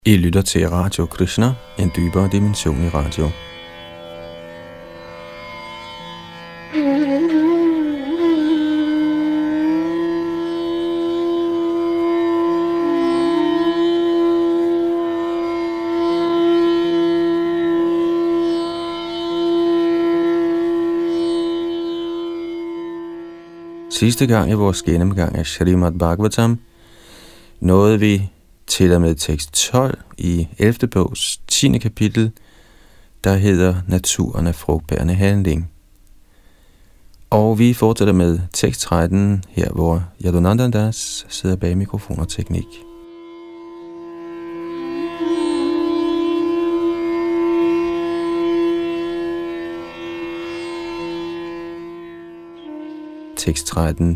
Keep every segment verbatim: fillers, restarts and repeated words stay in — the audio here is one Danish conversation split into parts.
I lytter til Radio Krishna, en dybere dimension i radio. Sidste gang i vores gennemgang af Srimad Bhagavatam nåede vi til og med tekst tolv i ellevte bogs tiende kapitel, der hedder Naturen af frugtbærende handling. Og vi fortsætter med tekst tretten, her hvor Yadunandan Das sidder bag mikrofon og teknik. Tekst tretten.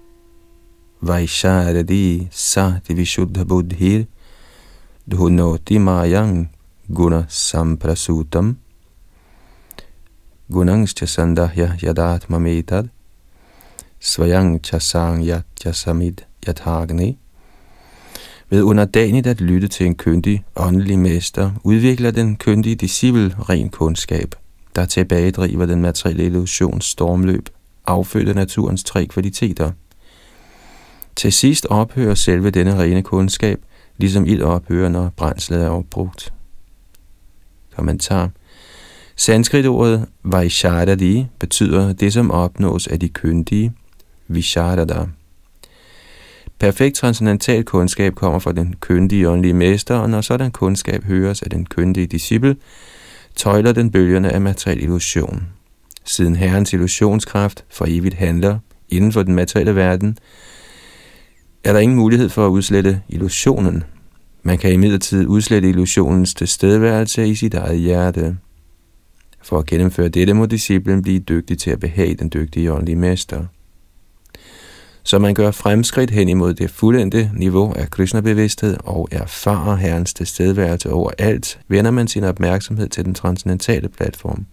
Vaisharadi sati vishuddha buddhir dhunoti mayang guna samprasutam gunangscha sandahya yadatma metad svayang chasang yatya samid yathagni. Ved underdanigt at lytte til en kyndig åndelig mester, udvikler den kyndige disciple ren kundskab, der tilbagedriver den materielle illusions stormløb, affødte naturens tre kvaliteter. Til sidst ophører selve denne rene kundskab, ligesom ild ophører, når brændslet er opbrugt. Kommentar. Sanskritordet Vaisharadi betyder det, som opnås af de kyndige, Visharada. Perfekt transcendental kundskab kommer fra den kyndige åndelige mester, og når sådan kundskab høres af den kyndige disciple, tøjler den bølgerne af materiel illusion. Siden Herrens illusionskraft for evigt handler inden for den materielle verden, er der ingen mulighed for at udslette illusionen. Man kan imidlertid udslette illusionens tilstedeværelse i sit eget hjerte. For at gennemføre dette må disciplen blive dygtig til at behage den dygtige åndelige mester. Så man gør fremskridt hen imod det fuldendte niveau af Krishna-bevidsthed og erfarer Herrens tilstedeværelse overalt, vender man sin opmærksomhed til den transcendentale platform.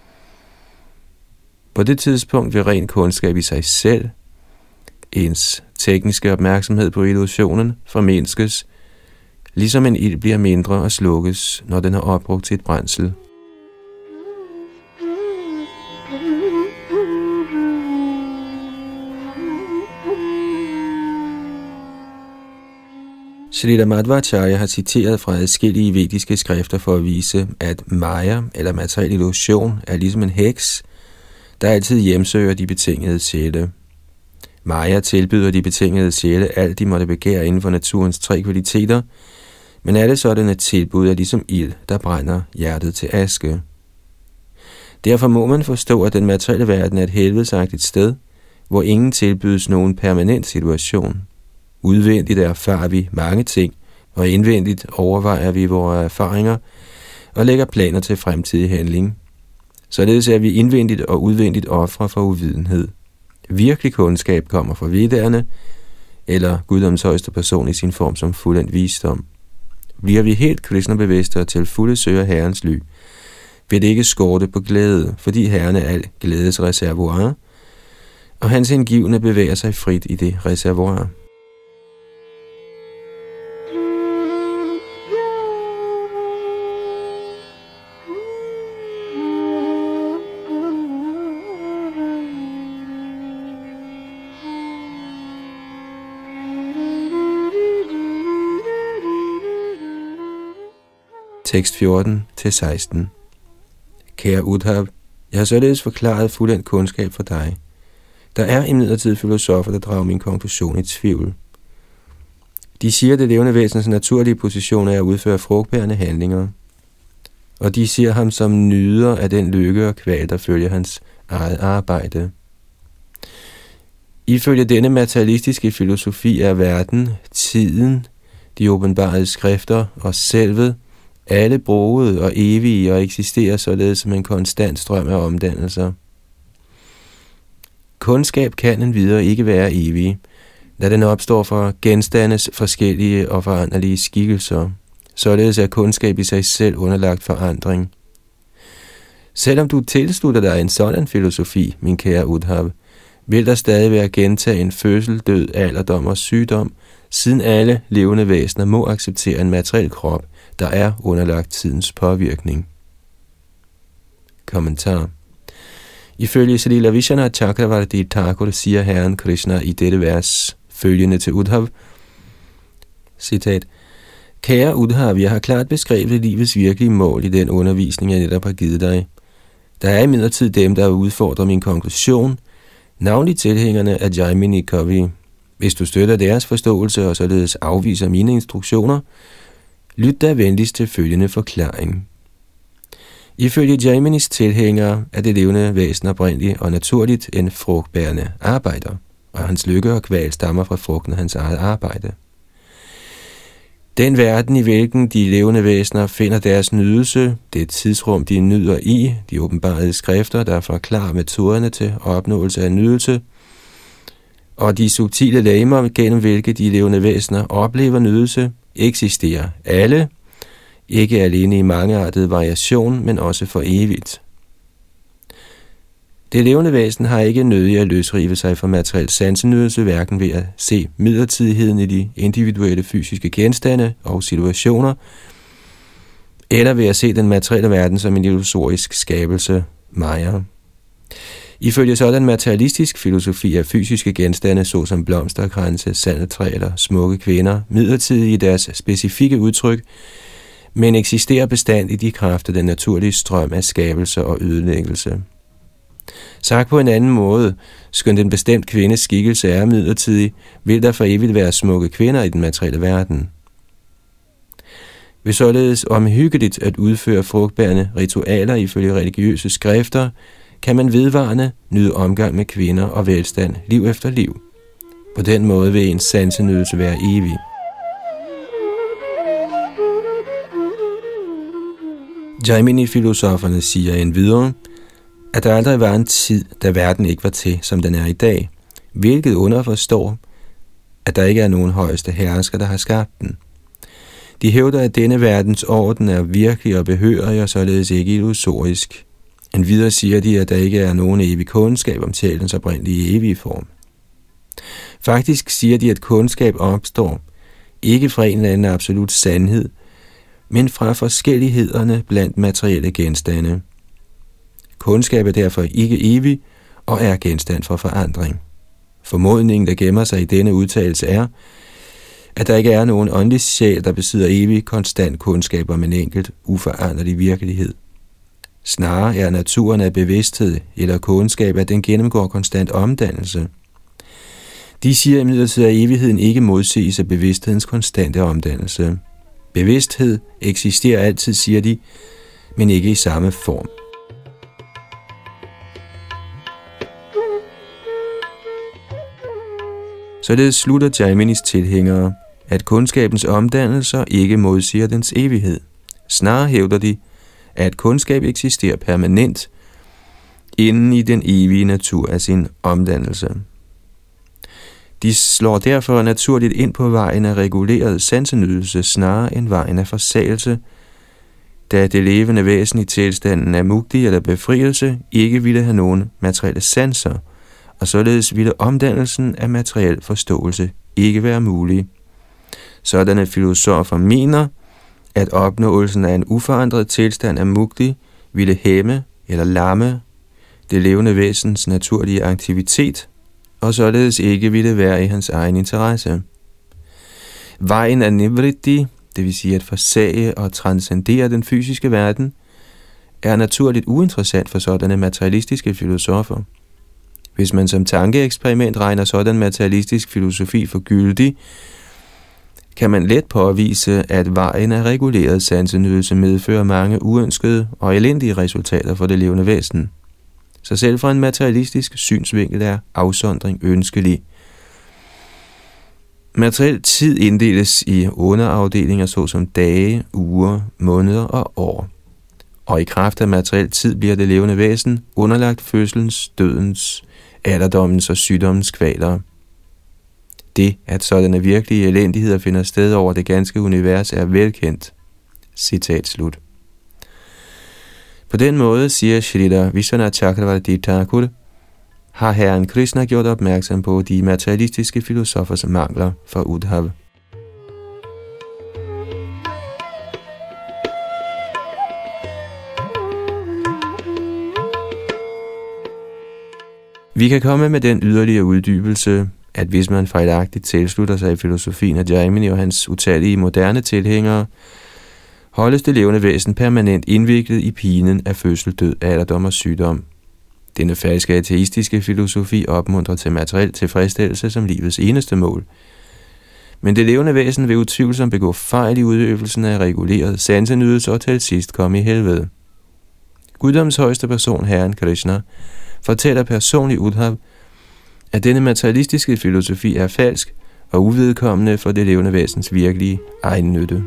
På det tidspunkt vil ren kundskab i sig selv, ens tekniske opmærksomhed på illusionen, formindskes, ligesom en ild bliver mindre og slukkes, når den har opbrugt sit brændsel. Shrila Madhvacharya har citeret fra adskillige vediske skrifter for at vise, at Maya, eller materiel illusion, er ligesom en heks, der altid hjemsøger de betingede sjæle. Maya tilbyder de betingede sjæle alt, de måtte begære inden for naturens tre kvaliteter, men alle sådanne tilbud er ligesom ild, der brænder hjertet til aske. Derfor må man forstå, at den materielle verden er et helvedesagtigt sted, hvor ingen tilbydes nogen permanent situation. Udvendigt erfarer vi mange ting, og indvendigt overvejer vi vores erfaringer og lægger planer til fremtidig handling. Således er vi indvendigt og udvendigt ofre for uvidenhed. Virkelig kundskab kommer fra vedderne, eller guddoms højeste person i sin form som fuldendt visdom. Bliver vi helt Krishna-bevidste og til fulde søger Herrens ly, vil det ikke skorte på glæde, fordi Herren er al glædes reservoir, og hans indgivne bevæger sig frit i det reservoir. Tekst fjorten til seksten. Kære Uddhav, jeg har således forklaret fuldendt kundskab for dig. Der er imidlertid filosofer, der drager min konklusion i tvivl. De siger, at det levende væsens naturlige position er at udføre frugtbærende handlinger. Og de siger ham som nyder af den lykke og kval, der følger hans eget arbejde. Ifølge denne materialistiske filosofi er verden, tiden, de åbenbarede skrifter og selvet, alle broede og evige og eksisterer således som en konstant strøm af omdannelser. Kundskab kan endvidere ikke være evig, da den opstår fra genstandes forskellige og foranderlige skikkelser. Således er kundskab i sig selv underlagt forandring. Selvom du tilslutter dig en sådan filosofi, min kære Uddhav, vil der stadig være gentage en fødsel, død, alderdom og sygdom, siden alle levende væsener må acceptere en materiel krop, der er underlagt tidens påvirkning. Kommentar. Ifølge Srila Vishwanath Chakravarti Thakur siger Herren Krishna i dette vers følgende til Uddhav, citat, kære Uddhav, jeg har klart beskrevet livets virkelige mål i den undervisning, jeg netop har givet dig. Der er imidlertid dem, der udfordrer min konklusion, navnlig tilhængerne af Jaimini Kavi. Hvis du støtter deres forståelse og således afviser mine instruktioner, lyt da venligst til følgende forklaring. Ifølge Jaiminis tilhængere er det levende væsen oprindeligt og naturligt en frugtbærende arbejder, og hans lykke og kval stammer fra frugten af hans eget arbejde. Den verden, i hvilken de levende væsener finder deres nydelse, det tidsrum, de nyder i, de åbenbarede skrifter, der forklarer metoderne til opnåelse af nydelse, og de subtile legemer, gennem hvilke de levende væsener oplever nydelse, eksisterer alle, ikke alene i mangeartet variation, men også for evigt. Det levende væsen har ikke nødig at løsrive sig fra materiel sansenydelse, hverken ved at se midlertidigheden i de individuelle fysiske genstande og situationer, eller ved at se den materielle verden som en illusorisk skabelse, Maya. Ifølge sådan materialistisk filosofi er fysiske genstande, såsom blomsterkranse, sandeltræ eller smukke kvinder, midlertidige i deres specifikke udtryk, men eksisterer bestandigt i kraft af den naturlige strøm af skabelse og ødelæggelse. Sagt på en anden måde, skønt en bestemt kvindes skikkelse er midlertidig, vil der for evigt være smukke kvinder i den materielle verden. Ved således omhyggeligt at udføre frugtbærende ritualer ifølge religiøse skrifter, kan man vedvarende nyde omgang med kvinder og velstand liv efter liv. På den måde vil ens sansenydelse være evig. Jaimini-filosoferne siger endvidere, at der aldrig var en tid, da verden ikke var til, som den er i dag, hvilket underforstår, at der ikke er nogen højeste hersker, der har skabt den. De hævder, at denne verdens orden er virkelig og behørig og således ikke illusorisk. Endvidere siger de, at der ikke er nogen evig kundskab om sjælens oprindelige evige form. Faktisk siger de, at kundskab opstår ikke fra en eller anden absolut sandhed, men fra forskellighederne blandt materielle genstande. Kundskab er derfor ikke evig og er genstand for forandring. Formodningen, der gemmer sig i denne udtalelse, er, at der ikke er nogen åndelig sjæl, der besidder evig, konstant kundskab om en enkelt, uforanderlig virkelighed. Snarere er naturen af bevidsthed eller kundskab, at den gennemgår konstant omdannelse. De siger imidlertid, at evigheden ikke modsiges af bevidsthedens konstante omdannelse. Bevidsthed eksisterer altid, siger de, men ikke i samme form. Således slutter Jaiminis tilhængere, at kundskabens omdannelser ikke modsiger dens evighed. Snarere hævder de, at kundskab eksisterer permanent inden i den evige natur af sin omdannelse. De slår derfor naturligt ind på vejen af reguleret sansenydelse snarere end vejen af forsagelse, da det levende væsen i tilstanden af mukti eller befrielse ikke ville have nogen materielle sanser, og således ville omdannelsen af materiel forståelse ikke være mulig. Sådanne filosofer mener, at opnåelsen af en uforandret tilstand af mukti ville hæmme eller lamme det levende væsens naturlige aktivitet, og således ikke ville være i hans egen interesse. Vejen af nivritti, det vil sige at forsage og transcendere den fysiske verden, er naturligt uinteressant for sådanne materialistiske filosofer. Hvis man som tankeeksperiment regner sådan materialistisk filosofi for gyldig, kan man let påvise, at vejen af reguleret sansenydelse medfører mange uønskede og elendige resultater for det levende væsen. Så selv fra en materialistisk synsvinkel er afsondring ønskelig. Materiel tid inddeles i underafdelinger såsom dage, uger, måneder og år. Og i kraft af materiel tid bliver det levende væsen underlagt fødselens, dødens, alderdommens og sygdommens kvaler. Det, at sådanne virkelige elendigheder finder sted over det ganske univers, er velkendt. Citat slut. På den måde, siger Shrila Vishwanath Chakravarti Thakur, har Herren Krishna gjort opmærksom på de materialistiske filosofers mangler for Uddhav. Vi kan komme med den yderligere uddybelse, at hvis man fejlagtigt tilslutter sig i filosofien af Jaimini og hans utallige moderne tilhængere, holdes det levende væsen permanent indviklet i pinen af fødsel, død, alderdom og sygdom. Denne falske ateistiske filosofi opmuntrer til materiel tilfredsstillelse som livets eneste mål. Men det levende væsen vil utvivlsomt begå fejl i udøvelsen af reguleret sansenydelse og til sidst komme i helvede. Guddoms højeste person, Herren Krishna, fortæller personligt Uddhav, at denne materialistiske filosofi er falsk og uvedkommende for det levende væsens virkelige egen nytte.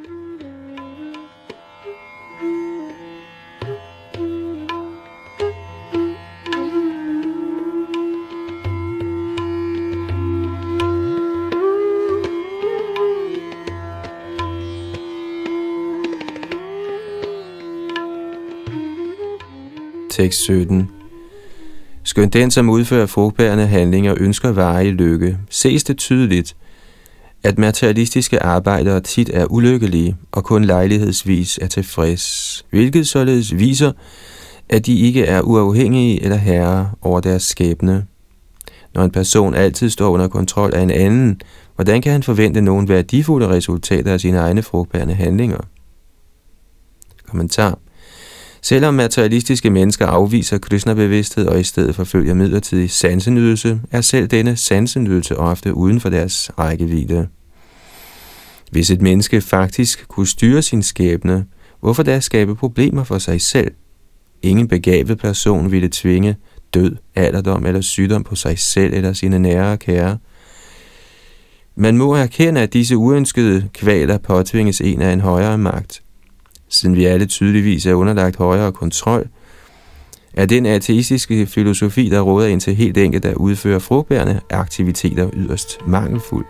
Tekst sytten. Skønt den, som udfører frugtbærende handlinger, ønsker varig lykke, ses det tydeligt, at materialistiske arbejdere tit er ulykkelige og kun lejlighedsvis er tilfreds, hvilket således viser, at de ikke er uafhængige eller herrer over deres skæbne. Når en person altid står under kontrol af en anden, hvordan kan han forvente nogen værdifulde resultater af sine egne frugtbærende handlinger? Kommentar. Selvom materialistiske mennesker afviser Krishna-bevidsthed og i stedet forfølger midlertidig sansenydelse, er selv denne sansenydelse ofte uden for deres rækkevidde. Hvis et menneske faktisk kunne styre sin skæbne, hvorfor da skabe problemer for sig selv? Ingen begavet person ville tvinge død, alderdom eller sygdom på sig selv eller sine nære og kære. Man må erkende, at disse uønskede kvaler påtvinges en af en højere magt. Siden vi alle tydeligvis er underlagt højere kontrol, er den ateistiske filosofi, der råder ind til helt enkelt at udføre frugtbærende aktiviteter yderst mangelfuld.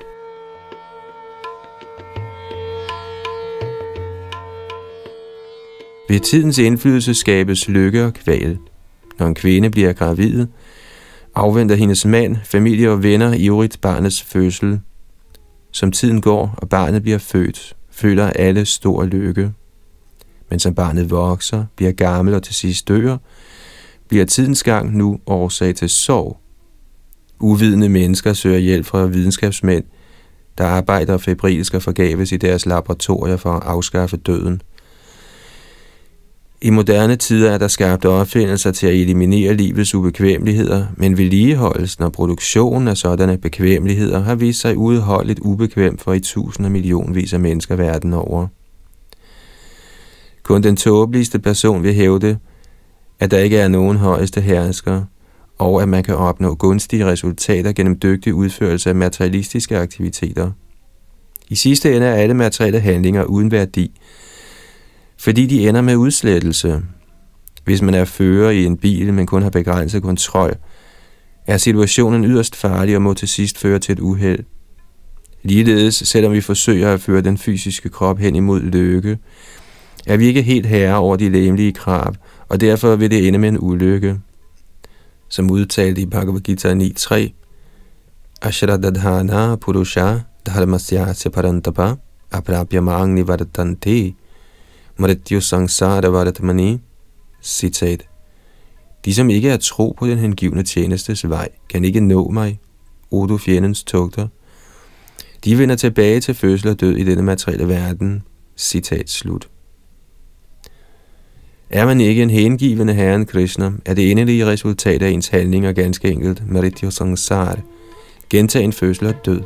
Ved tidens indflydelse skabes lykke og kval. Når en kvinde bliver gravid, afventer hendes mand, familie og venner ivrigt barnets fødsel. Som tiden går, og barnet bliver født, føler alle stor lykke. Men som barnet vokser, bliver gammel og til sidst dør, bliver tidens gang nu årsag til sorg. Uvidende mennesker søger hjælp fra videnskabsmænd, der arbejder febrilsk og forgæves i deres laboratorier for at afskaffe døden. I moderne tider er der skabt opfindelser til at eliminere livets ubekvemmeligheder, men vedligeholdelsen og produktionen af sådanne bekvemmeligheder har vist sig udholdeligt ubekvemt for i tusinder millionvis af mennesker verden over. Kun den tåbeligste person vil hævde, at der ikke er nogen højeste hersker, og at man kan opnå gunstige resultater gennem dygtig udførelse af materialistiske aktiviteter. I sidste ende er alle materielle handlinger uden værdi, fordi de ender med udslettelse. Hvis man er fører i en bil, men kun har begrænset kontrol, er situationen yderst farlig og må til sidst føre til et uheld. Ligeledes, selvom vi forsøger at føre den fysiske krop hen imod lykke, er vi ikke helt herre over de legemlige krav, og derfor vil det ende med en ulykke. Som udtalt i Bhagavad Gita ni tre, Ashradadhana Purusha Dharmasya Parantapa Aprabhya Mangni Vardante Mrityu Sangsara Vardamani. Citat. De, som ikke er tro på den hengivne tjenestes vej, kan ikke nå mig, o du fjendens tugter. De vender tilbage til fødsel og død i denne materielle verden. Citat slut. Er man ikke en hengivende Herren Krishna, er det endelige resultat af ens handlinger ganske enkelt Mrityu Sangsara, gentagen fødsel og død.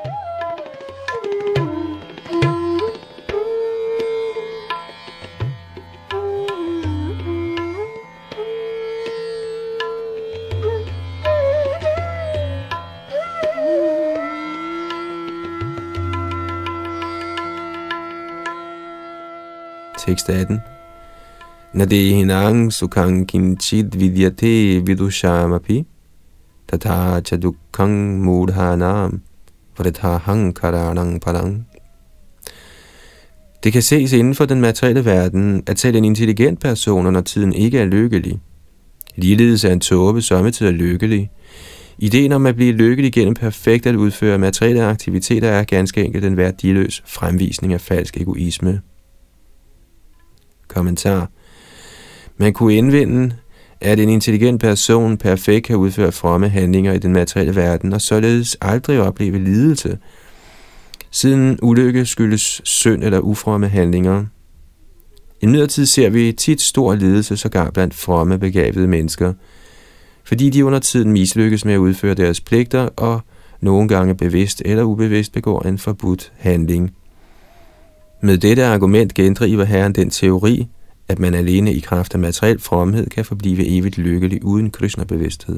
Tekst atten. Nadehinang sukhang kinchid vidyate vidushamapi tata chadukhang mudhanam vredhahang karanang parang. Det kan ses inden for den materielle verden, at selv en intelligent person, når tiden ikke er lykkelig. Ligeledes er en tåbe sommetider lykkelig. Ideen om at blive lykkelig gennem perfekt at udføre materielle aktiviteter er ganske enkelt en værdiløs fremvisning af falsk egoisme. Kommentar. Man kunne indvende, at en intelligent person perfekt kan udføre fromme handlinger i den materielle verden, og således aldrig opleve lidelse, siden ulykke skyldes synd eller ufromme handlinger. Imidlertid ser vi tit stor lidelse sågar blandt fromme begavede mennesker, fordi de under tiden mislykkes med at udføre deres pligter og nogle gange bevidst eller ubevidst begår en forbudt handling. Med dette argument gendriver Herren den teori, at man alene i kraft af materiel fromhed kan forblive evigt lykkelig uden Krishna-bevidsthed.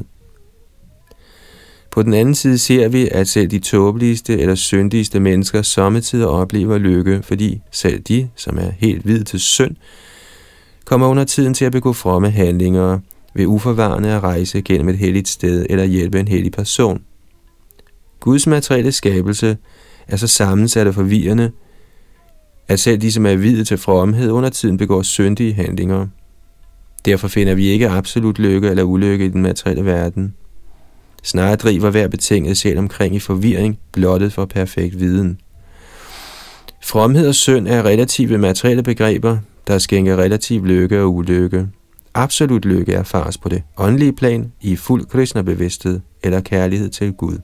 På den anden side ser vi, at selv de tåbeligste eller syndigste mennesker sommetider oplever lykke, fordi selv de, som er helt hvid til synd, kommer under tiden til at begå fromme handlinger ved uforvarende at rejse gennem et helligt sted eller hjælpe en hellig person. Guds materielle skabelse er så sammensat og forvirrende, at selv de, som er hvide til fromhed, under tiden begår syndige handlinger. Derfor finder vi ikke absolut lykke eller ulykke i den materielle verden. Snarere driver hver betinget sjæl omkring i forvirring, blottet for perfekt viden. Fromhed og synd er relative materielle begreber, der skænker relativ lykke og ulykke. Absolut lykke erfares på det åndelige plan i fuld Krishna-bevidsthed eller kærlighed til Gud.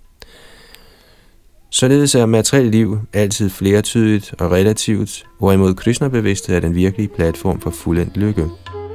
Således er materielt liv altid flertydigt og relativt, hvorimod Krishna-bevidsthed er den virkelige platform for fuldendt lykke.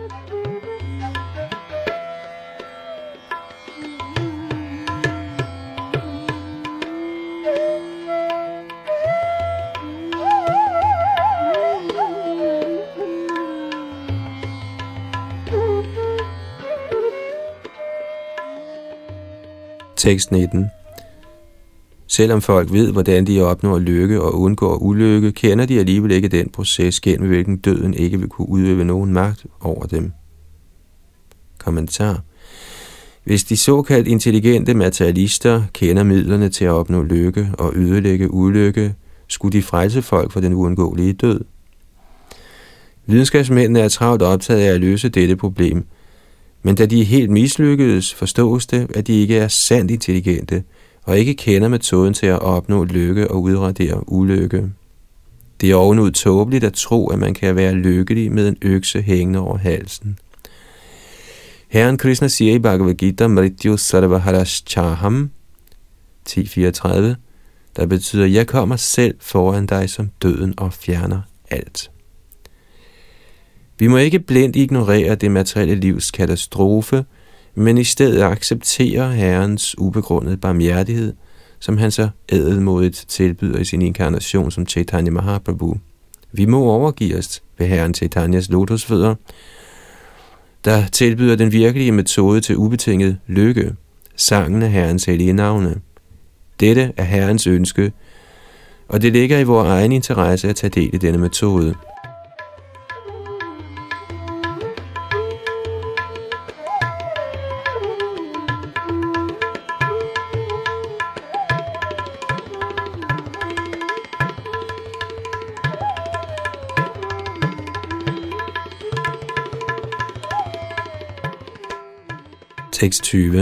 Tekst nitten. Selvom folk ved, hvordan de opnår lykke og undgår ulykke, kender de alligevel ikke den proces, gennem hvilken døden ikke vil kunne udøve nogen magt over dem. Kommentar. Hvis de såkaldt intelligente materialister kender midlerne til at opnå lykke og ødelægge ulykke, skulle de frelse folk for den uundgåelige død. Videnskabsmændene er travlt optaget af at løse dette problem, men da de er helt mislykkedes, forstås det, at de ikke er sandt intelligente, og ikke kender metoden til at opnå lykke og udradere ulykke. Det er ovenud tåbeligt at tro, at man kan være lykkelig med en økse hængende over halsen. Herren Krishna siger i Bhagavad Gita, Mrityu Sarvaharaschaham, ti fireogtredive, der betyder, jeg kommer selv foran dig som døden og fjerner alt. Vi må ikke blindt ignorere det materielle livs katastrofe, men i stedet acceptere Herrens ubegrundede barmhjertighed, som han så ædelmodigt tilbyder i sin inkarnation som Chaitanya Mahaprabhu. Vi må overgive os ved Herren Chaitanyas lotusfødder, der tilbyder den virkelige metode til ubetinget lykke, sangen af Herrens hellige navne. Dette er Herrens ønske, og det ligger i vores egen interesse at tage del i denne metode. Tekst tyve.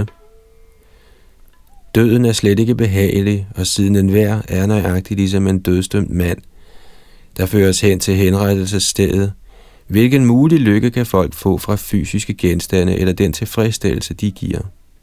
Døden er slet ikke behagelig, og siden enhver er nøjagtig ligesom en dødsdømt mand, der føres hen til henrettelsesstedet. Hvilken mulig lykke kan folk få fra fysiske genstande eller den tilfredsstillelse, de giver?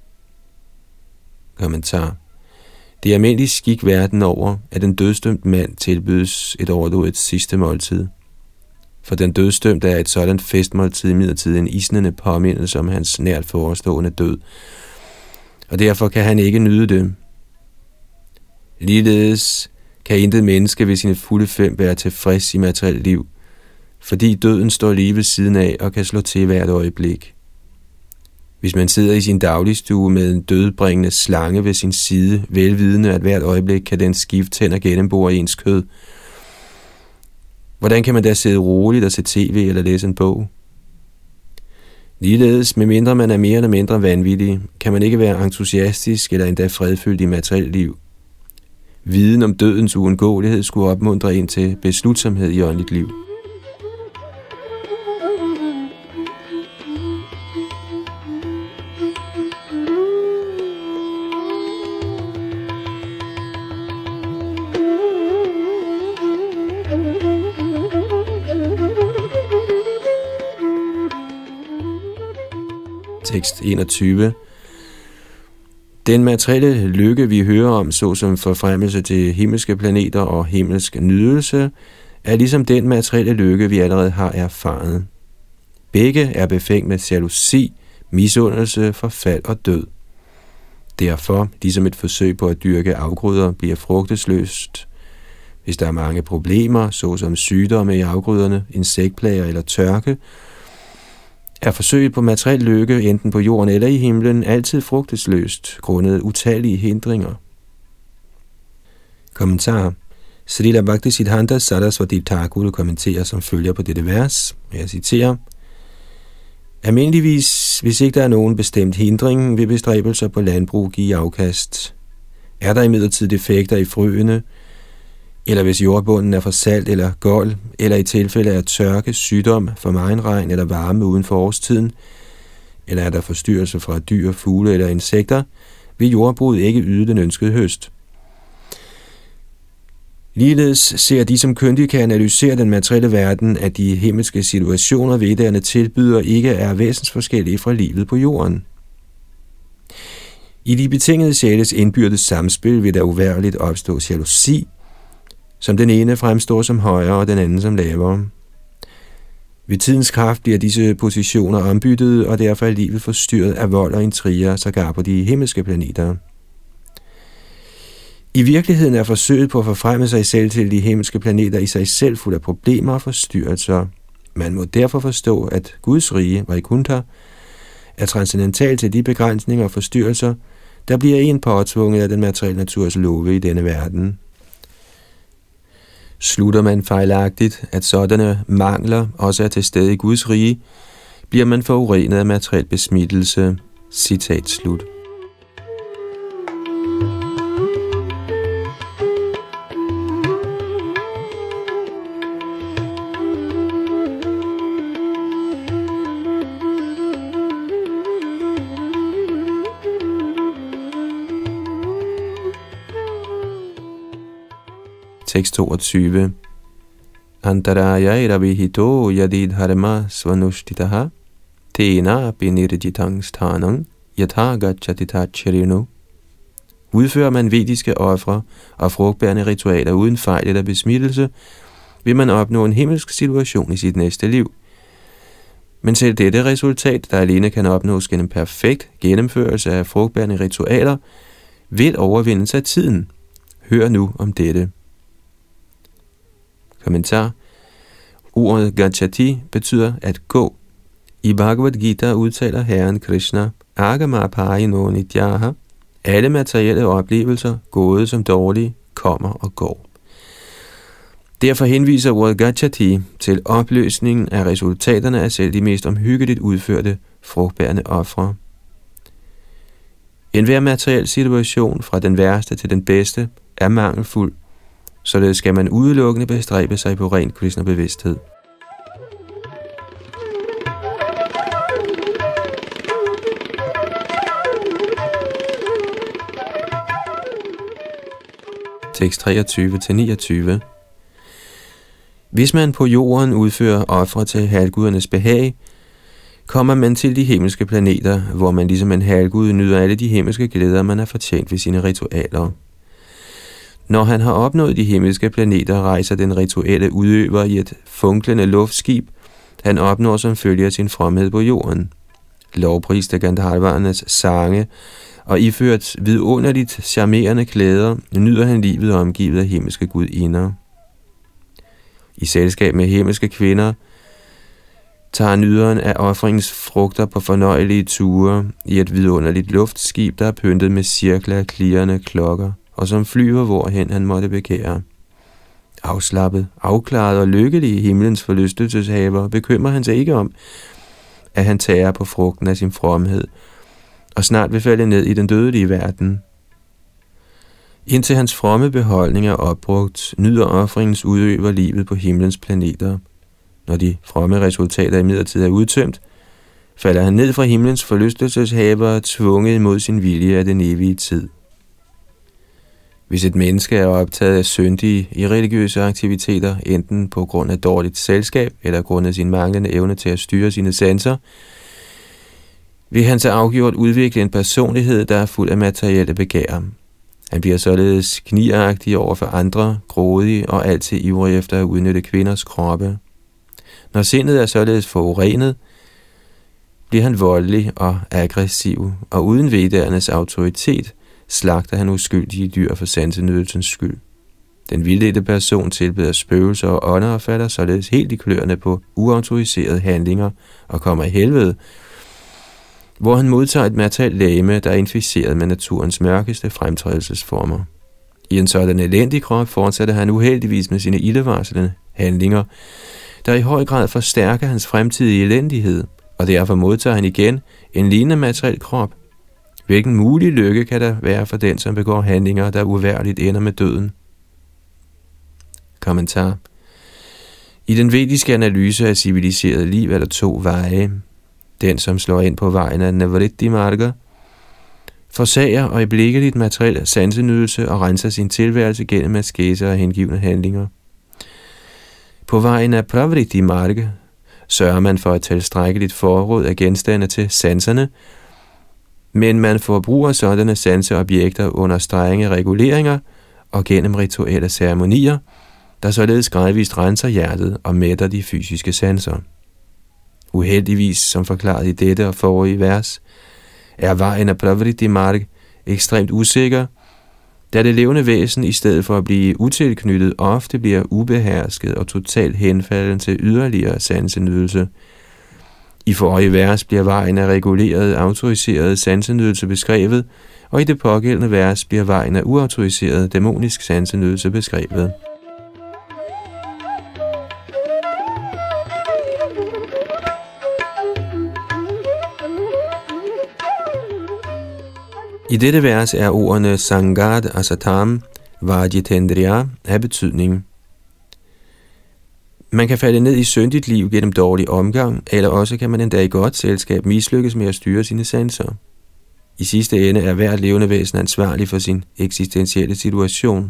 Kommentar. Det er almindelig skik verden over, at en dødsdømt mand tilbydes et overdådigt sidste måltid. For den dødsdømte er et sådan festmåltid imidlertid en isnende påmindelse om hans nært forestående død, og derfor kan han ikke nyde det. Ligeledes kan intet menneske ved sine fulde fem være tilfreds i materielt liv, fordi døden står lige ved siden af og kan slå til hvert øjeblik. Hvis man sidder i sin dagligstue med en dødbringende slange ved sin side, velvidende at hvert øjeblik kan den skifte hen og gennembore ens kød, hvordan kan man da sidde roligt og se tv eller læse en bog? Ligeledes, medmindre man er mere eller mindre vanvittig, kan man ikke være entusiastisk eller endda fredfyldt i materielt liv. Viden om dødens uundgåelighed skulle opmuntre en til beslutsomhed i åndeligt liv. Tekst enogtyve. Den materielle lykke, vi hører om, såsom forfremmelse til himmelske planeter og himmelsk nydelse, er ligesom den materielle lykke, vi allerede har erfaret. Begge er befængt med jalousi, misundelse, forfald og død. Derfor, ligesom et forsøg på at dyrke afgrøder, bliver frugtesløst. Hvis der er mange problemer, såsom sygdomme i afgrøderne, insektplager eller tørke, er forsøget på materiel lykke, enten på jorden eller i himlen, altid frugtesløst, grundet utallige hindringer. Kommentar. Srila Bhaktisiddhanta Saraswati Thakur kommenterer som følger på dette vers. Jeg citerer. Almindeligvis, hvis ikke der er nogen bestemt hindring, vil bestræbelser på landbrug give afkast. Er der imidlertid defekter i frøene, eller hvis jordbunden er for salt eller gold, eller i tilfælde af tørke, sygdom, for megen regn eller varme uden for årstiden, eller er der forstyrrelse fra dyr, fugle eller insekter, vil jordbruget ikke yde den ønskede høst. Ligeledes ser de, som kyndige kan analysere den materielle verden, at de himmelske situationer, vedderne tilbyder, ikke er væsensforskellige fra livet på jorden. I de betingede sjæles indbyrdes samspil vil der uværligt opstå jalousi, som den ene fremstår som højere og den anden som lavere. Ved tidens kraft bliver disse positioner ombyttet, og derfor er livet forstyrret af vold og intriger, sågar på de himmelske planeter. I virkeligheden er forsøget på at forfremme sig selv til de himmelske planeter i sig selv fuld af problemer og forstyrrelser. Man må derfor forstå, at Guds rige, Vaikuntha, er transcendental til de begrænsninger og forstyrrelser, der bliver en påtvunget af den materielle naturs love i denne verden. Slutter man fejlagtigt, at sådanne mangler også er til stede i Guds rige, bliver man forurenet af materiel besmittelse. Citat slut. Tekst toogtyve. Antaraya irabhito yadi dharma svanushtitaha tena binirjitang sthanang yatha gachatita chirino. Udfører man vediske ofre og frugtbærende ritualer uden fejl eller besmittelse, vil man opnå en himmelsk situation i sit næste liv. Men selv dette resultat, der alene kan opnås gennem perfekt gennemførelse af frugtbærende ritualer, vil overvindes af tiden. Hør nu om dette. Kommentar. Ordet gacchati betyder at gå. I Bhagavad Gita udtaler Herren Krishna, Agama parino nityaha, alle materielle oplevelser, gode som dårlige, kommer og går. Derfor henviser ordet gacchati til opløsningen af resultaterne af selv de mest omhyggeligt udførte frugtbærende ofre. Enhver materiel situation, fra den værste til den bedste, er mangelfuld, således skal man udelukkende bestræbe sig på ren Krishna-bevidsthed. Tekst treogtyve til niogtyve. Hvis man på jorden udfører ofre til halvgudernes behag, kommer man til de himmelske planeter, hvor man ligesom en halvgud nyder alle de himmelske glæder, man har fortjent ved sine ritualer. Når han har opnået de himmelske planeter, rejser den rituelle udøver i et funklende luftskib, han opnår som følge af sin fromhed på jorden. Lovpriste Gandharvarnes sange, og iført vidunderligt charmerende klæder, nyder han livet omgivet af himmelske gudinder. I selskab med himmelske kvinder tager nyderen af ofringens frugter på fornøjelige ture i et vidunderligt luftskib, der er pyntet med cirkler af klirrende klokker, og som flyver hvorhen han måtte begære. Afslappet, afklaret og lykkelig i himlens forlystelseshaver bekymrer han sig ikke om, at han tager på frugten af sin fromhed, og snart vil falde ned i den dødelige verden. Indtil hans fromme beholdning er opbrugt, nyder ofringens udøver livet på himlens planeter. Når de fromme resultater imidlertid er udtømt, falder han ned fra himlens forlystelseshaver, tvunget imod sin vilje af den evige tid. Hvis et menneske er optaget af syndige i religiøse aktiviteter, enten på grund af dårligt selskab eller grund af sin manglende evne til at styre sine sanser, vil han så afgjort udvikle en personlighed, der er fuld af materielle begær. Han bliver således knieragtig over for andre, grådig og altid ivrig efter at udnytte kvinders kroppe. Når sindet er således forurenet, bliver han voldelig og aggressiv, og uden Vedernes autoritet slagter han uskyldige dyr for sansenydelsens skyld. Den vildledte person tilbeder spøgelser og ånder og falder således helt i kløerne på uautoriserede handlinger og kommer i helvede, hvor han modtager et materielt legeme, der er inficeret med naturens mørkeste fremtrædelsesformer. I en sådan elendig krop fortsætter han uheldigvis med sine ildevarslende handlinger, der i høj grad forstærker hans fremtidige elendighed, og derfor modtager han igen en lignende materiel krop. Hvilken mulig lykke kan der være for den, som begår handlinger, der uværligt ender med døden? Kommentar. I den vediske analyse af civiliseret liv er der to veje. Den, som slår ind på vejen af Navritti Marga, forsager øjeblikkeligt materiel sansenydelse og renser sin tilværelse gennem askeser og hengivne handlinger. På vejen af Pravritti Marga sørger man for et tilstrækkeligt forråd af genstande til sanserne, men man forbruger sådanne sanseobjekter under strenge reguleringer og gennem rituelle ceremonier, der således gradvist renser hjertet og mætter de fysiske sanser. Uheldigvis, som forklaret i dette og forrige vers, er vejen af Pravritti Marg ekstremt usikker, da det levende væsen i stedet for at blive utilknyttet ofte bliver ubehersket og totalt henfalden til yderligere sansenydelse. I forrige vers bliver vejen af reguleret, autoriseret sansenydelse beskrevet, og i det pågældende vers bliver vejen af uautoriseret, dæmonisk sansenydelse beskrevet. I dette vers er ordene Sangad Asatam Vajitendriya af betydning. Man kan falde ned i syndigt liv gennem dårlig omgang, eller også kan man endda i godt selskab mislykkes med at styre sine sanser. I sidste ende er hvert levende væsen ansvarlig for sin eksistentielle situation.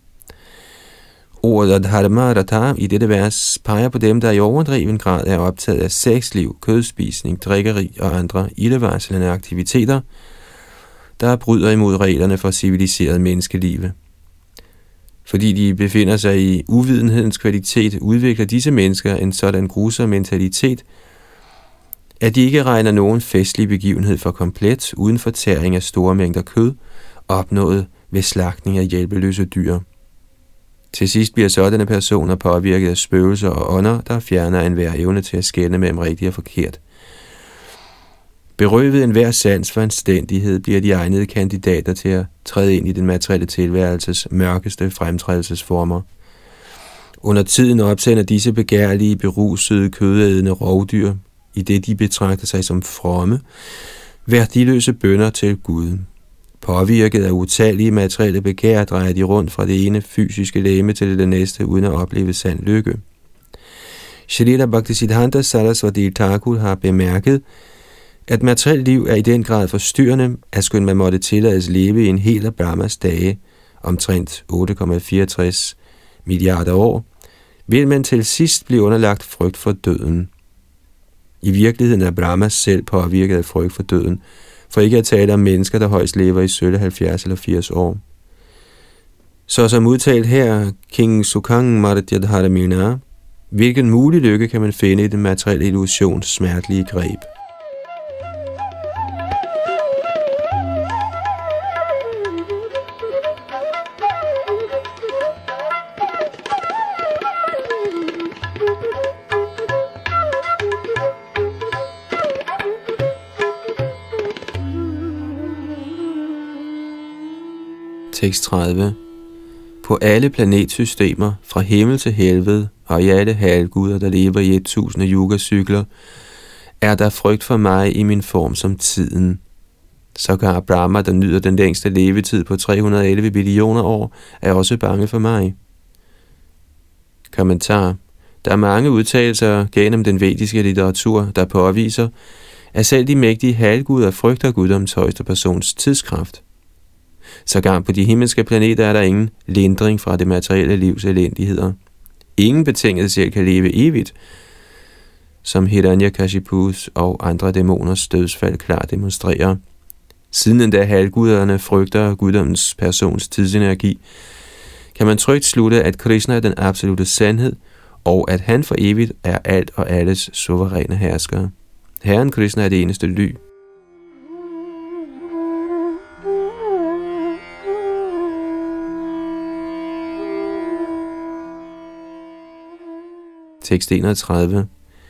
Ordet Dharma Rata i dette vers peger på dem, der i overdreven grad er optaget af sexliv, kødspisning, drikkeri og andre ildevarslende aktiviteter, der bryder imod reglerne for civiliseret menneskelive. Fordi de befinder sig i uvidenhedens kvalitet, udvikler disse mennesker en sådan grusom mentalitet, at de ikke regner nogen festlig begivenhed for komplet, uden fortæring af store mængder kød, opnået ved slagtning af hjælpeløse dyr. Til sidst bliver sådanne personer påvirket af spøgelser og ånder, der fjerner enhver evne til at skelne mellem rigtigt og forkert. Berøvet enhver sans for anstændighed bliver de egnede kandidater til at træde ind i den materielle tilværelses mørkeste fremtrædelsesformer. Under tiden opsender disse begærlige, berusede, kødædende rovdyr, i det de betragter sig som fromme, værdiløse bønner til Gud. Påvirket af utallige materielle begær drejer de rundt fra det ene fysiske legeme til det næste, uden at opleve sand lykke. Shrila Bhaktisiddhanta Saraswati Thakur har bemærket, at materielt liv er i den grad forstyrrende, at skønt man måtte tillades leve i en hel af Brahmas dage, omtrent otte komma fireogtres milliarder år, vil man til sidst blive underlagt frygt for døden. I virkeligheden er Brahmas selv påvirket af frygt for døden, for ikke at tale om mennesker, der højst lever i sølle halvfjerds eller firs år. Så som udtalt her, King Sukang Madhyadharamina, hvilken mulig lykke kan man finde i den materielle illusions smertelige greb? Tekst tredive. På alle planetsystemer, fra himmel til helvede, og i alle halvguder, der lever i et tusinde yuga-cykler, er der frygt for mig i min form som tiden. Sågar Brahma, der nyder den længste levetid på tre hundrede og elleve billioner år, er også bange for mig. Kommentar. Der er mange udtalelser gennem den vediske litteratur, der påviser, at selv de mægtige halvguder frygter guddoms højeste persons tidskraft. Sågar på de himmelske planeter er der ingen lindring fra det materielle livs elendigheder. Ingen betinget selv kan leve evigt, som Hiranyakashipus og andre dæmoners dødsfald klart demonstrerer. Siden endda halvguderne frygter guddommens persons tidsenergi, kan man trygt slutte, at Krishna er den absolute sandhed, og at han for evigt er alt og alles suveræne hersker. Herren Krishna er det eneste ly. Tekst enogtredive.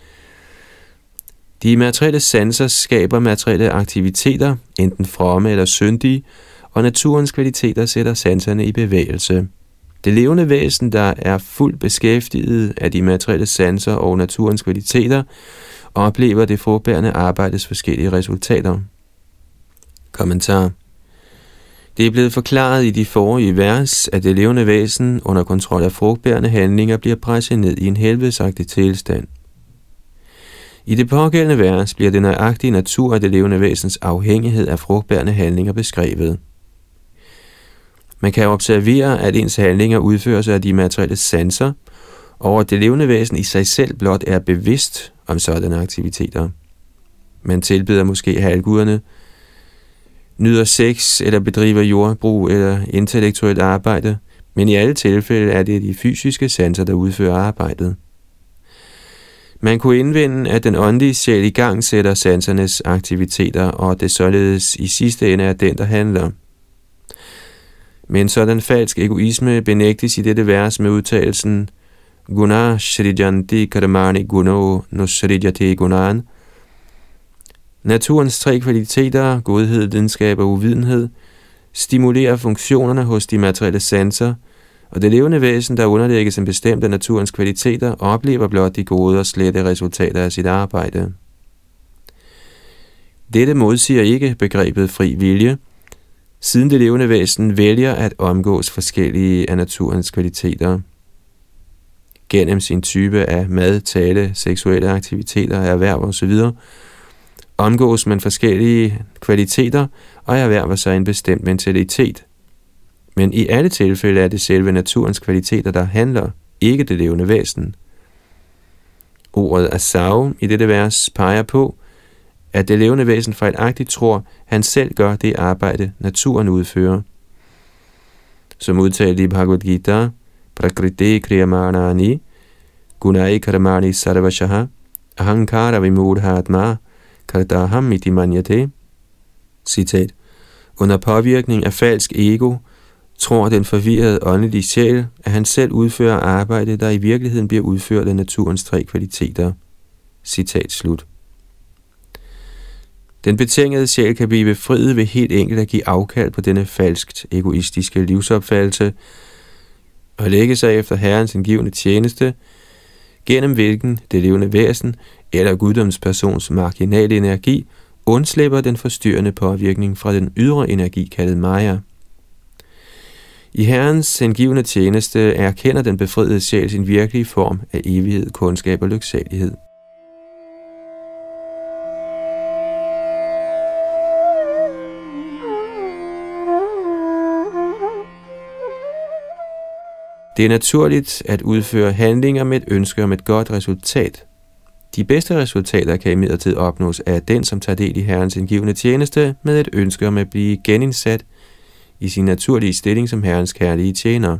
De materielle sanser skaber materielle aktiviteter, enten fromme eller syndige, og naturens kvaliteter sætter sanserne i bevægelse. Det levende væsen, der er fuldt beskæftiget af de materielle sanser og naturens kvaliteter, oplever det frugtbærende arbejdes forskellige resultater. Kommentar. Det er blevet forklaret i de forrige vers, at det levende væsen under kontrol af frugtbærende handlinger bliver presset ned i en helvedesagtig tilstand. I det pågældende vers bliver det nøjagtige natur af det levende væsens afhængighed af frugtbærende handlinger beskrevet. Man kan observere, at ens handlinger udføres af de materielle sanser, og at det levende væsen i sig selv blot er bevidst om sådanne aktiviteter. Man tilbeder måske halvguderne, nyder sex eller bedriver jordbrug eller intellektuelt arbejde, men i alle tilfælde er det de fysiske sanser, der udfører arbejdet. Man kunne indvende, at den åndelige sjæl i gang sætter sansernes aktiviteter, og det således i sidste ende er den, der handler. Men sådan falsk egoisme benægtes i dette vers med udtalelsen Guna shrijanti karmani guno no shrijati gunan. Naturens tre kvaliteter, godhed, lidenskab og uvidenhed, stimulerer funktionerne hos de materielle sanser, og det levende væsen, der underlægges en bestemt af naturens kvaliteter, oplever blot de gode og slette resultater af sit arbejde. Dette modsiger ikke begrebet fri vilje, siden det levende væsen vælger at omgås forskellige af naturens kvaliteter. Gennem sin type af mad, tale, seksuelle aktiviteter, erhverv osv., omgås man forskellige kvaliteter og erhverver sig en bestemt mentalitet. Men i alle tilfælde er det selve naturens kvaliteter, der handler, ikke det levende væsen. Ordet asau i dette vers peger på, at det levende væsen fejlagtigt tror, han selv gør det arbejde, naturen udfører. Som udtalt i Bhagavad Gita, Prakriti kriyamanani, gunai karmani sarvashaha, ahankara vimodhatma, kartaham iti manyate. Citat. Under påvirkning af falsk ego, tror den forvirrede åndelige sjæl, at han selv udfører arbejde, der i virkeligheden bliver udført af naturens tre kvaliteter. Citat slut. Den betingede sjæl kan blive befriet ved helt enkelt at give afkald på denne falskt egoistiske livsopfattelse og lægge sig efter Herrens indgivende tjeneste, gennem hvilken det levende væsen eller guddomspersons marginale energi undslipper den forstyrrende påvirkning fra den ydre energi kaldet Maya. I Herrens indgivende tjeneste erkender den befriede sjæl sin virkelige form af evighed, kundskab og lyksalighed. Det er naturligt at udføre handlinger med et ønske om et godt resultat. De bedste resultater kan imidlertid opnås af den, som tager del i Herrens indgivende tjeneste, med et ønske om at blive genindsat i sin naturlige stilling som Herrens kærlige tjener.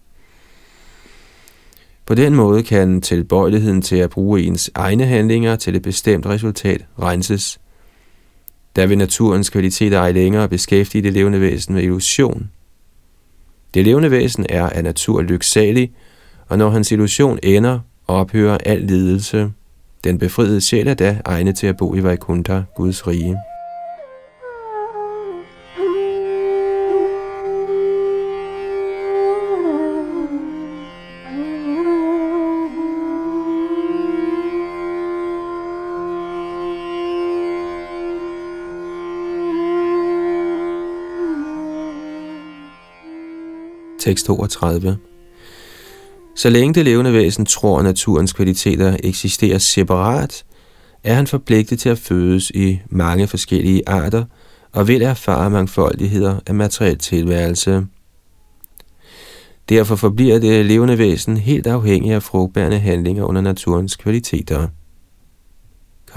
På den måde kan tilbøjeligheden til at bruge ens egne handlinger til et bestemt resultat renses. Der vil naturens kvaliteter ej længere beskæftige det levende væsen med illusion. Det levende væsen er af natur lyksalig, og når hans illusion ender, ophører al lidelse. Den befriede sjæl er da egnet til at bo i Vaikuntha, Guds rige. Tekst toogtredive. Så længe det levende væsen tror, at naturens kvaliteter eksisterer separat, er han forpligtet til at fødes i mange forskellige arter og vil erfare mangfoldigheder af materiel tilværelse. Derfor forbliver det levende væsen helt afhængig af frugtbærende handlinger under naturens kvaliteter.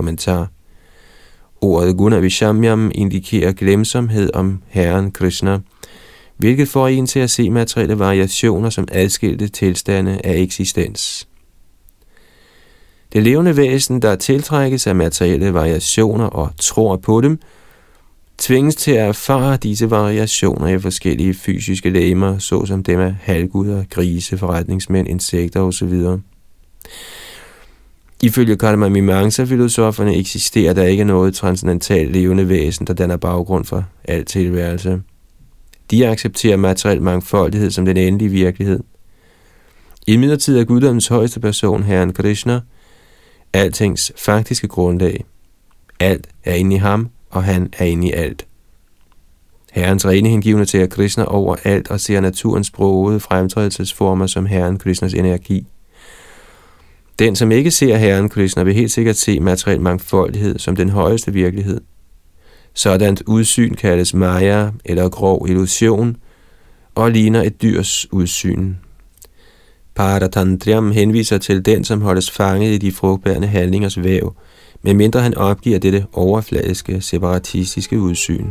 Kommentar. Ordet Gunavishamyam indikerer glemsomhed om Herren Krishna, hvilket får en til at se materielle variationer som adskilte tilstande af eksistens. Det levende væsen, der tiltrækkes af materielle variationer og tror på dem, tvinges til at erfare disse variationer i forskellige fysiske legemer, såsom dem af halvguder, grise, forretningsmænd, insekter osv. Ifølge Karma Mimamsa-filosoferne eksisterer der ikke noget transcendentalt levende væsen, der danner baggrund for al tilværelse. De accepterer materiel mangfoldighed som den endelige virkelighed. Imidlertid er guddommens højeste person, Herren Krishna, altings faktiske grundlag. Alt er inde i ham, og han er inde i alt. Herrens rene hengivne til Krishna over alt og ser naturens brogede fremtrædelsesformer som Herren Krishnas energi. Den, som ikke ser Herren Krishna, vil helt sikkert se materiel mangfoldighed som den højeste virkelighed. Sådant udsyn kaldes maya eller grov illusion og ligner et dyrs udsyn. Paratantriam henviser til den, som holdes fanget i de frugtbærende handlingers væv, medmindre han opgiver dette overfladiske, separatistiske udsyn.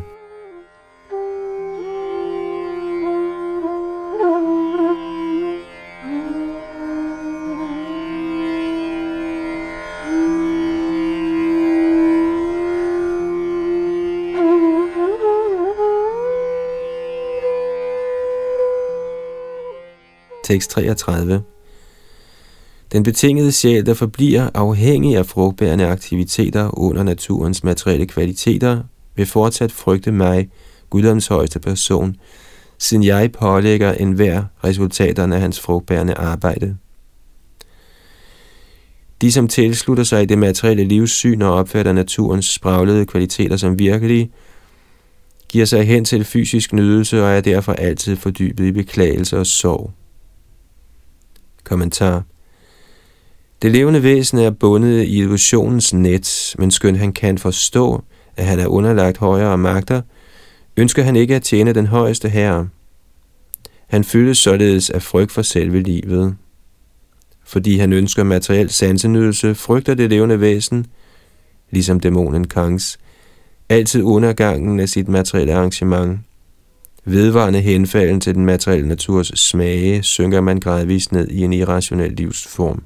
Tekst treogtredive. Den betingede sjæl, der forbliver afhængig af frugtbærende aktiviteter under naturens materielle kvaliteter, vil fortsat frygte mig, guddommens højeste person, siden jeg pålægger enhver resultaterne af hans frugtbærende arbejde. De, som tilslutter sig det materielle livssyn og opfatter naturens spraglede kvaliteter som virkelige, giver sig hen til fysisk nydelse og er derfor altid fordybet i beklagelse og sorg. Kommentar. Det levende væsen er bundet i illusionens net, men skønt han kan forstå, at han er underlagt højere magter, ønsker han ikke at tjene den højeste herre. Han fyldes således af frygt for selve livet. Fordi han ønsker materiel sansenydelse, frygter det levende væsen, ligesom dæmonen Kangs, altid undergangen af sit materielle arrangement. Vedvarende henfalden til den materielle naturs smage, synker man gradvist ned i en irrationel livsform.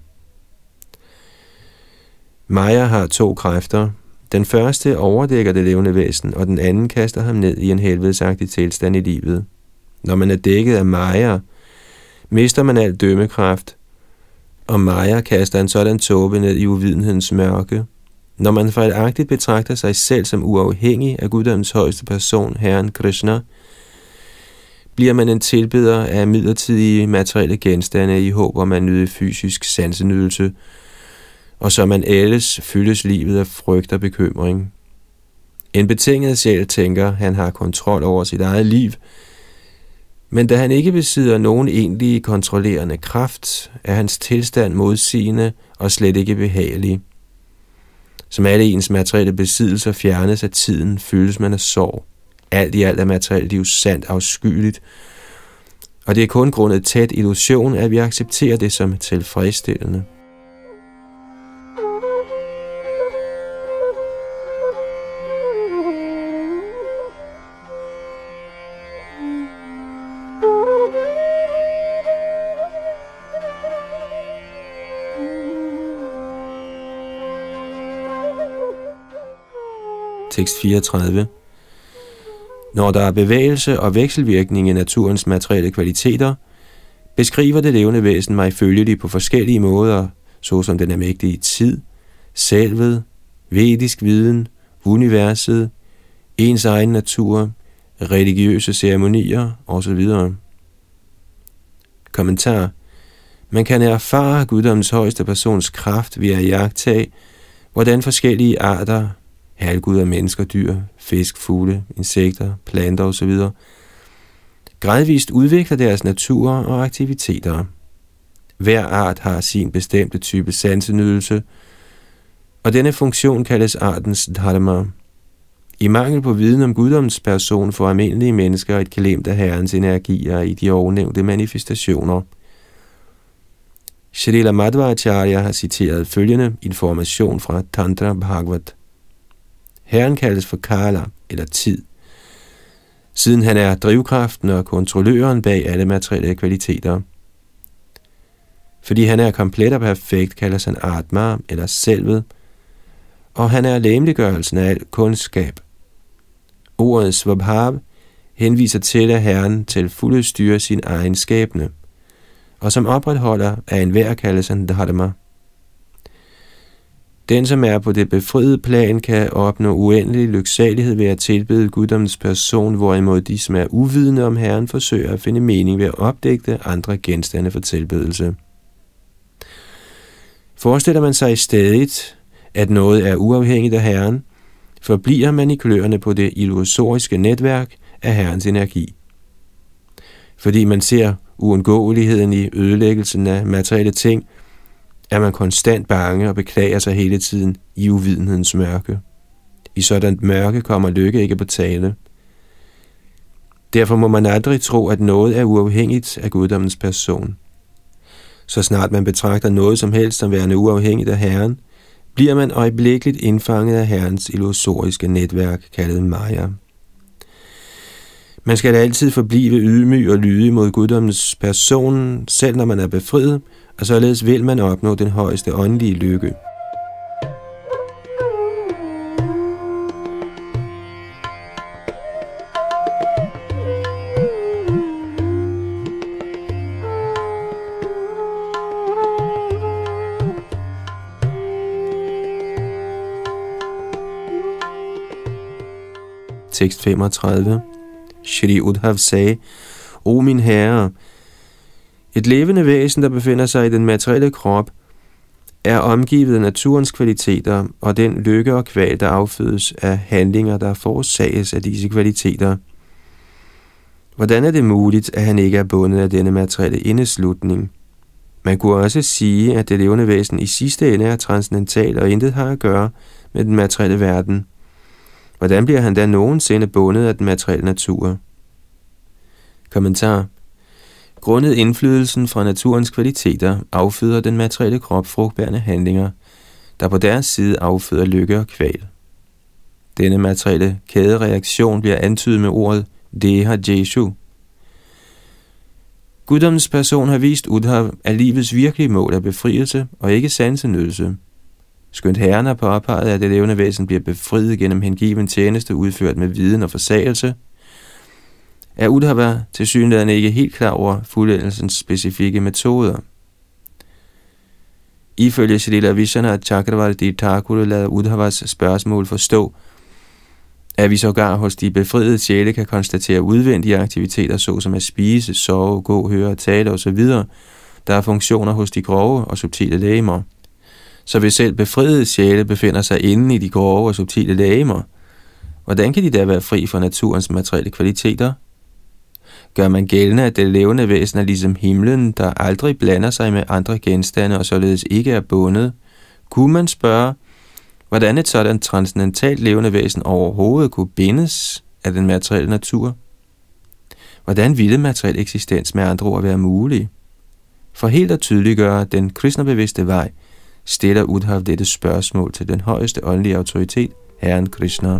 Maya har to kræfter. Den første overdækker det levende væsen, og den anden kaster ham ned i en helvedesagtig tilstand i livet. Når man er dækket af Maya, mister man al dømmekraft, og Maya kaster en sådan tåbe ned i uvidenhedens mørke. Når man fejlagtigt betragter sig selv som uafhængig af guddommens højeste person, Herren Krishna, bliver man en tilbeder af midlertidige materielle genstande i håb om at nyde fysisk sansenydelse, og så man ellers fyldes livet af frygt og bekymring. En betinget sjæl tænker, han har kontrol over sit eget liv, men da han ikke besidder nogen egentlig kontrollerende kraft, er hans tilstand modsigende og slet ikke behagelig. Som alle ens materielle besiddelser fjernes af tiden, føles man af sorg. Alt i alt er materielt liv sandt afskyeligt, og det er kun grundet tæt illusion, at vi accepterer det som tilfredsstillende. Tekst fireogtredive. Når der er bevægelse og vekselvirkning i naturens materielle kvaliteter, beskriver det levende væsen mig følgeligt på forskellige måder, såsom den er mægtig i tid, selvet, vedisk viden, universet, ens egen natur, religiøse ceremonier osv. Kommentar. Man kan erfare guddommens højeste persons kraft ved at iagttage, hvordan forskellige arter, halvguder, mennesker, dyr, fisk, fugle, insekter, planter osv. gradvist udvikler deres natur og aktiviteter. Hver art har sin bestemte type sansenydelse, og denne funktion kaldes artens dharma. I mangel på viden om guddommens person får almindelige mennesker et glimt af Herrens energier i de ovennævnte manifestationer. Shrila Madhvacharya har citeret følgende information fra Tantra Bhagavat. Herren kaldes for Kala, eller tid, siden han er drivkraften og kontrolløren bag alle materielle kvaliteter. Fordi han er komplet og perfekt, kaldes han Atma, eller selvet, og han er legemliggørelsen af al kundskab. Ordet Svabhav henviser til, at Herren til fulde styrer sin egen skæbne, og som opretholder af enhver kaldes han Dharma. Den, som er på det befriede plan, kan opnå uendelig lyksalighed ved at tilbede guddommens person, hvorimod de, som er uvidende om Herren, forsøger at finde mening ved at opdægte andre genstande for tilbedelse. Forestiller man sig stadigt, at noget er uafhængigt af Herren, forbliver man i kløerne på det illusoriske netværk af Herrens energi. Fordi man ser uundgåeligheden i ødelæggelsen af materielle ting, er man konstant bange og beklager sig hele tiden i uvidenhedens mørke. I sådan mørke kommer lykke ikke på tale. Derfor må man aldrig tro, at noget er uafhængigt af guddommens person. Så snart man betragter noget som helst som værende uafhængigt af Herren, bliver man øjeblikkeligt indfanget af Herrens illusoriske netværk, kaldet Maya. Man skal altid forblive ydmyg og lydig mod guddommens person, selv når man er befriet, og således vil man opnå den højeste åndelige lykke. Tekst femogtredive. Shri Uddhav sagde: O min herre, et levende væsen, der befinder sig i den materielle krop, er omgivet af naturens kvaliteter og den lykke og kval, der affødes af handlinger, der forårsages af disse kvaliteter. Hvordan er det muligt, at han ikke er bundet af denne materielle indeslutning? Man kunne også sige, at det levende væsen i sidste ende er transcendental og intet har at gøre med den materielle verden. Hvordan bliver han da nogensinde bundet af den materielle natur? Kommentar. Grundet indflydelsen fra naturens kvaliteter afføder den materielle krop frugtbærende handlinger, der på deres side afføder lykke og kval. Denne materielle kædereaktion bliver antydet med ordet Deha Jeshu. Guddommens person har vist Uddhav, at livets virkelige mål er befrielse og ikke sansenydelse. Skønt Herren har påpeget, at det levende væsen bliver befriet gennem hengiven tjeneste udført med viden og forsagelse, er Uddhava tilsyneladende ikke helt klar over fuldendelsens specifikke metoder. Ifølge Srila Vishwanath Chakravarti Thakur lader Uddhavas spørgsmål forstå, at vi sågar hos de befriede sjæle kan konstatere udvendige aktiviteter, såsom at spise, sove, gå, høre, tale osv., der er funktioner hos de grove og subtile legemer. Så hvis selv befriede sjæle befinder sig inde i de grove og subtile legemer, hvordan kan de da være fri for naturens materielle kvaliteter? Gør man gældende, at det levende væsen er ligesom himlen, der aldrig blander sig med andre genstande og således ikke er bundet, kunne man spørge, hvordan et sådan transcendentalt levende væsen overhovedet kunne bindes af den materielle natur? Hvordan ville materiel eksistens med andre ord være mulig? For helt at tydeliggøre den kristnebevidste vej, stiller Uddhav dette spørgsmål til den højeste åndelige autoritet, Herren Krishna.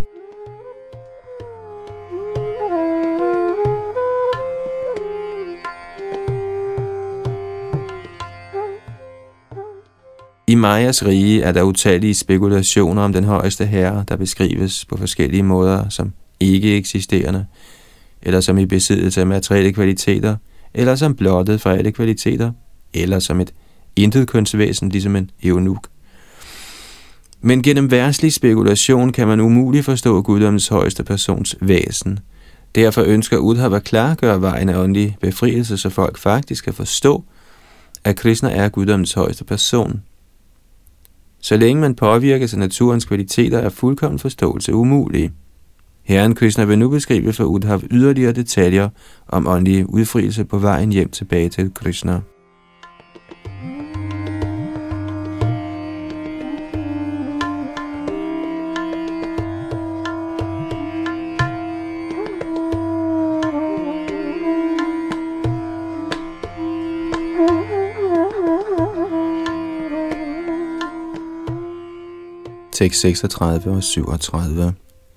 I Mayas rige er der utallige spekulationer om den højeste herre, der beskrives på forskellige måder som ikke eksisterende, eller som i besiddelse af materielle kvaliteter, eller som blottet for alle kvaliteter, eller som et intet kønsvæsen, ligesom en eunuk. Men gennem verdslig spekulation kan man umuligt forstå guddommens højeste persons væsen. Derfor ønsker Uddhav at klargøre vejen af åndelig befrielse, så folk faktisk kan forstå, at Krishna er guddommens højeste person. Så længe man påvirkes af naturens kvaliteter, er fuldkommen forståelse umulig. Herren Krishna vil nu beskrive for Uddhav yderligere detaljer om åndelig udfrielse på vejen hjem tilbage til Krishna. Tekst seksogtredive og syvogtredive.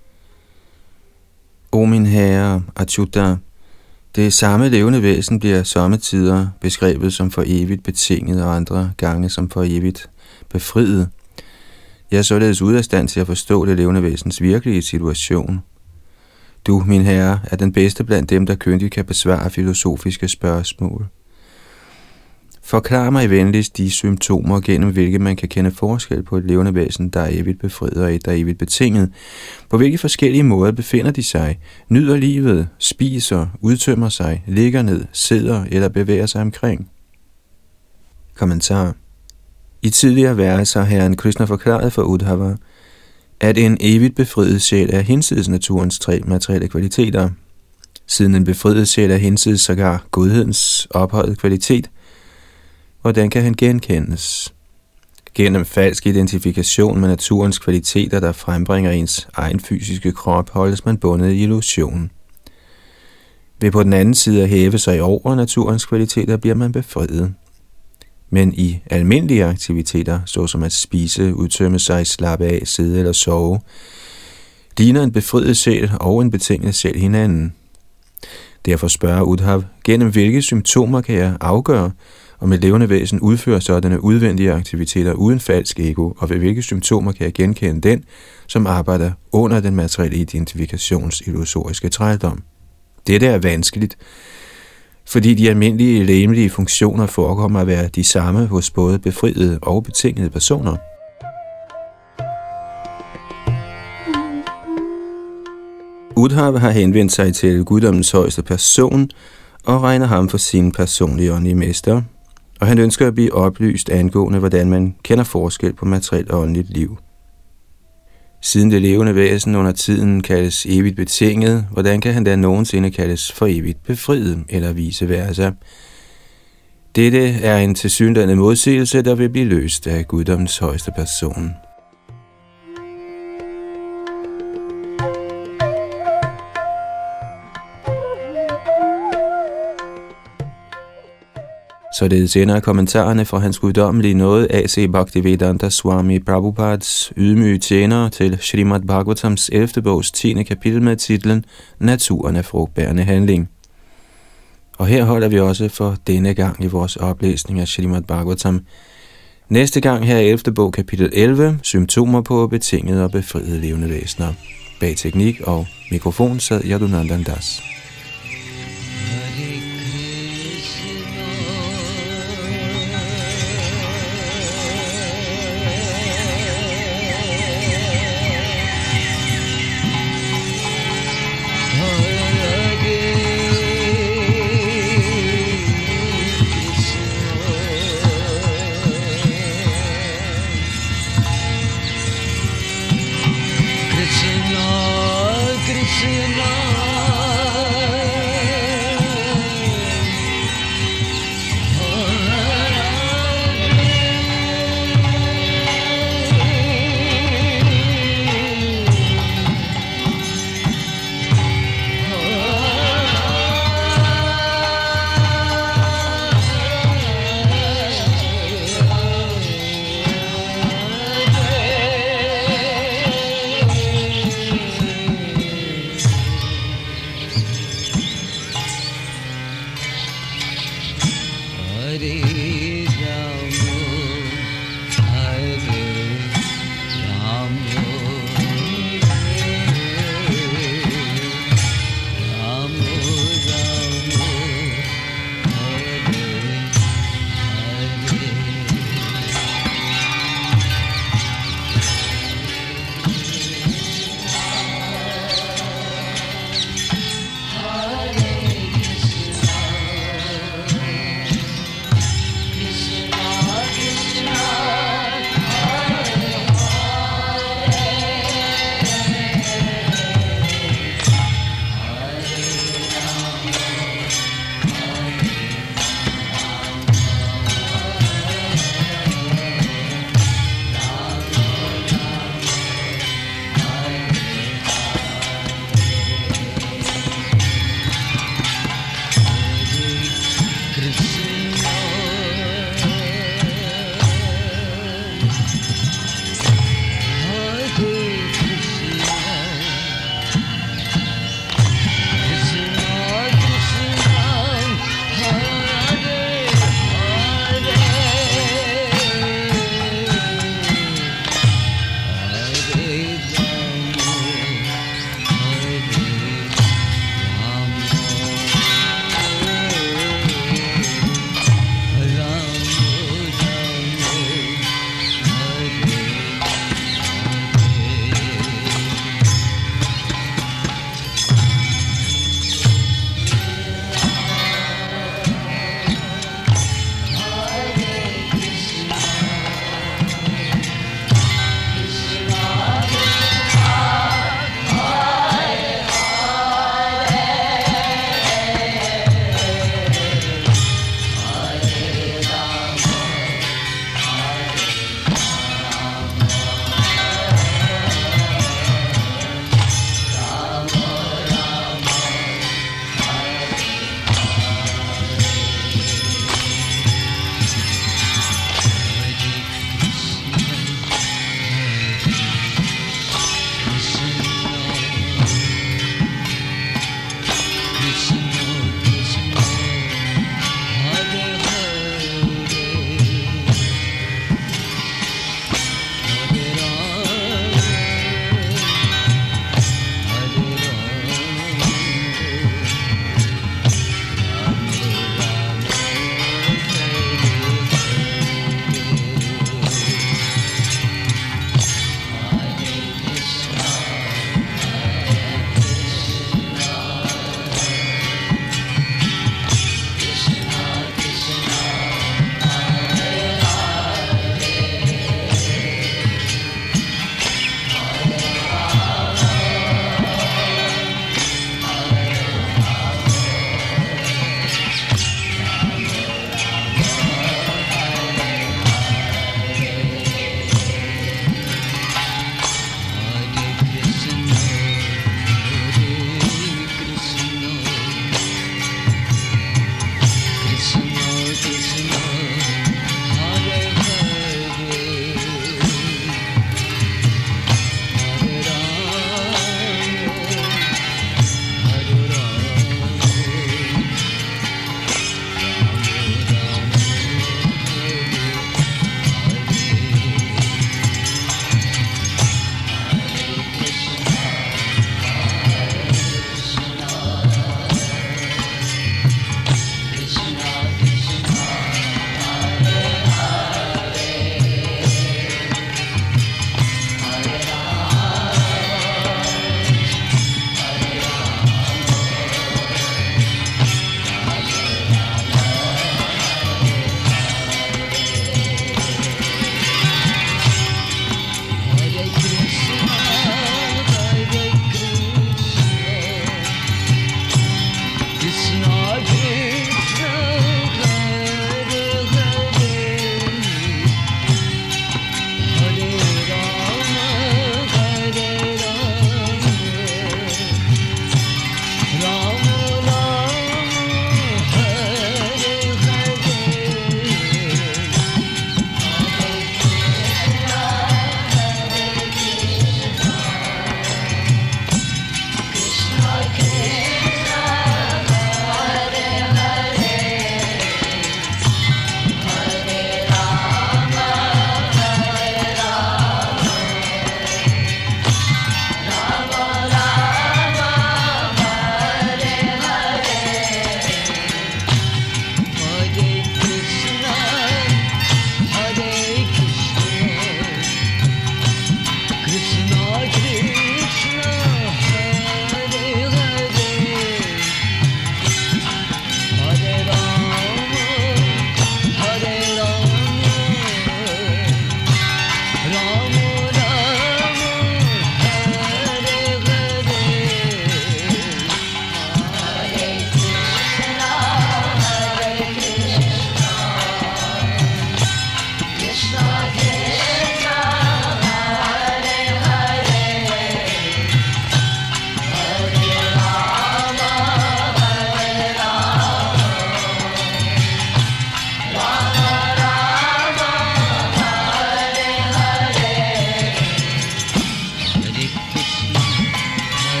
O min herre, Achyuta, det samme levende væsen bliver sommetider beskrevet som for evigt betinget og andre gange som for evigt befriet. Jeg er således ude af stand til at forstå det levende væsens virkelige situation. Du, min herre, er den bedste blandt dem, der kyndigt kan besvare filosofiske spørgsmål. Forklar mig venligst de symptomer, gennem hvilke man kan kende forskel på et levende væsen, der er evigt befriet og et, der er evigt betinget. På hvilke forskellige måder befinder de sig, nyder livet, spiser, udtømmer sig, ligger ned, sidder eller bevæger sig omkring? Kommentar. I tidligere vers har herren Krishna forklaret for Uddhava, at en evigt befriet sjæl er hinsides naturens tre materielle kvaliteter. Siden en befriet sjæl er hinsides sågar godhedens ophøjede kvalitet, hvordan kan han genkendes? Gennem falsk identifikation med naturens kvaliteter, der frembringer ens egen fysiske krop, holdes man bundet i illusion. Ved på den anden side at hæve sig over naturens kvaliteter, bliver man befriet. Men i almindelige aktiviteter, såsom at spise, udtømme sig, slappe af, sidde eller sove, ligner en befriet sjæl og en betinget sjæl hinanden. Derfor spørger Uddhav, gennem hvilke symptomer kan jeg afgøre, om et levende væsen udfører sådanne udvendige aktiviteter uden falsk ego, og ved hvilke symptomer kan jeg genkende den, som arbejder under den materielle identifikations illusoriske trældom. Dette er vanskeligt, fordi de almindelige legemlige funktioner forekommer at være de samme hos både befriede og betingede personer. Uddhava har henvendt sig til guddommens højeste person og regner ham for sin personlige åndelige mester, og han ønsker at blive oplyst angående, hvordan man kender forskel på materielt og åndeligt liv. Siden det levende væsen under tiden kaldes evigt betinget, hvordan kan han da nogensinde kaldes for evigt befriet, eller vice versa? Dette er en tilsyneladende modsigelse, der vil blive løst af guddommens højeste person. Således ender kommentarerne fra hans guddommelige nåde A C Bhaktivedanta Swami Prabhupads ydmyge tjenere til Srimad Bhagavatams ellevte bogs tiende kapitel med titlen Naturen af frugtbærende handling. Og her holder vi også for denne gang i vores oplæsning af Srimad Bhagavatam. Næste gang her i ellevte bog kapitel elleve, symptomer på betingede og befriede levende væsener. Bag teknik og mikrofon sad Yadunandan Das.